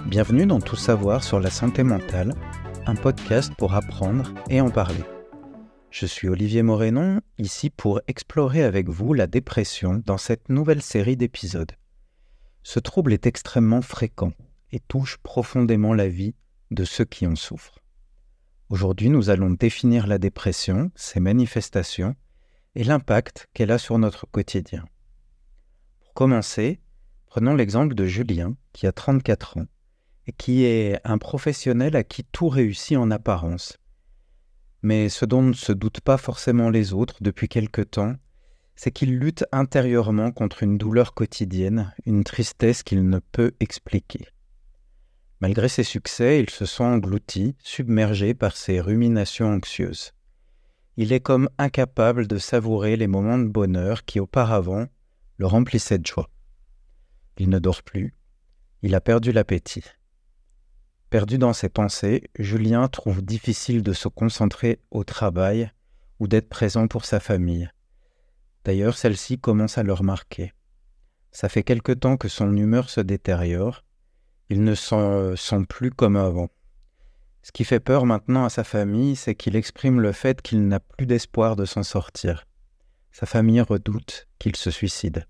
Bienvenue dans Tout savoir sur la santé mentale, un podcast pour apprendre et en parler. Je suis Olivier Morénon, ici pour explorer avec vous la dépression dans cette nouvelle série d'épisodes. Ce trouble est extrêmement fréquent et touche profondément la vie de ceux qui en souffrent. Aujourd'hui, nous allons définir la dépression, ses manifestations et l'impact qu'elle a sur notre quotidien. Pour commencer, prenons l'exemple de Julien, qui a 34 ans, et qui est un professionnel à qui tout réussit en apparence. Mais ce dont ne se doutent pas forcément les autres depuis quelque temps, c'est qu'il lutte intérieurement contre une douleur quotidienne, une tristesse qu'il ne peut expliquer. Malgré ses succès, il se sent englouti, submergé par ses ruminations anxieuses. Il est comme incapable de savourer les moments de bonheur qui auparavant le remplissaient de joie. Il ne dort plus, il a perdu l'appétit. Perdu dans ses pensées, Julien trouve difficile de se concentrer au travail ou d'être présent pour sa famille. D'ailleurs, celle-ci commence à le remarquer. Ça fait quelque temps que son humeur se détériore, il ne se sent plus comme avant. Ce qui fait peur maintenant à sa famille, c'est qu'il exprime le fait qu'il n'a plus d'espoir de s'en sortir. Sa famille redoute qu'il se suicide.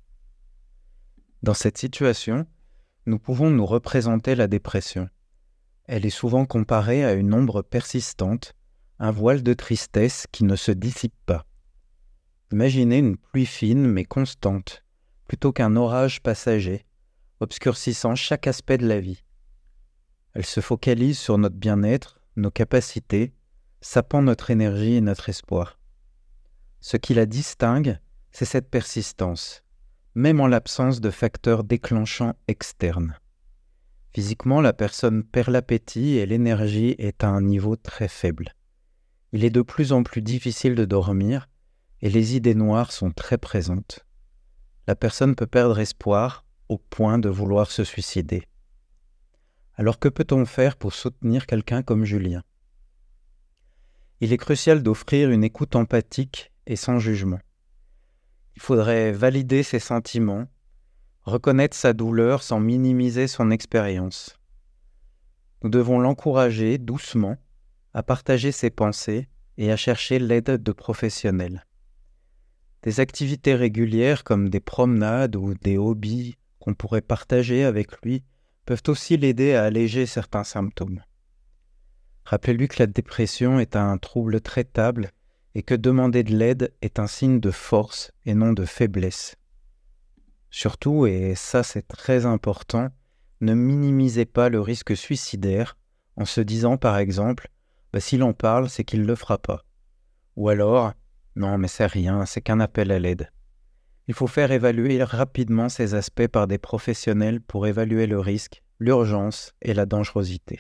Dans cette situation, nous pouvons nous représenter la dépression. Elle est souvent comparée à une ombre persistante, un voile de tristesse qui ne se dissipe pas. Imaginez une pluie fine mais constante, plutôt qu'un orage passager, obscurcissant chaque aspect de la vie. Elle se focalise sur notre bien-être, nos capacités, sapant notre énergie et notre espoir. Ce qui la distingue, c'est cette persistance, même en l'absence de facteurs déclenchants externes. Physiquement, la personne perd l'appétit et l'énergie est à un niveau très faible. Il est de plus en plus difficile de dormir et les idées noires sont très présentes. La personne peut perdre espoir au point de vouloir se suicider. Alors que peut-on faire pour soutenir quelqu'un comme Julien ? Il est crucial d'offrir une écoute empathique et sans jugement. Il faudrait valider ses sentiments, reconnaître sa douleur sans minimiser son expérience. Nous devons l'encourager doucement à partager ses pensées et à chercher l'aide de professionnels. Des activités régulières comme des promenades ou des hobbies qu'on pourrait partager avec lui peuvent aussi l'aider à alléger certains symptômes. Rappelez-lui que la dépression est un trouble traitable et que demander de l'aide est un signe de force et non de faiblesse. Surtout, et ça c'est très important, ne minimisez pas le risque suicidaire en se disant par exemple « s'il en parle, c'est qu'il ne le fera pas ». Ou alors « non mais c'est rien, c'est qu'un appel à l'aide ». Il faut faire évaluer rapidement ces aspects par des professionnels pour évaluer le risque, l'urgence et la dangerosité.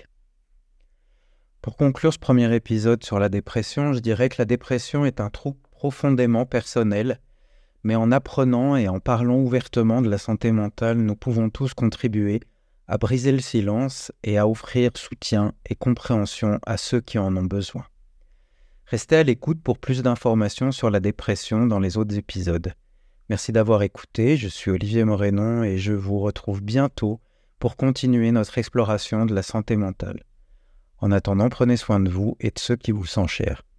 Pour conclure ce premier épisode sur la dépression, je dirais que la dépression est un trouble profondément personnel, mais en apprenant et en parlant ouvertement de la santé mentale, nous pouvons tous contribuer à briser le silence et à offrir soutien et compréhension à ceux qui en ont besoin. Restez à l'écoute pour plus d'informations sur la dépression dans les autres épisodes. Merci d'avoir écouté, je suis Olivier Morénon et je vous retrouve bientôt pour continuer notre exploration de la santé mentale. En attendant, prenez soin de vous et de ceux qui vous sont chers.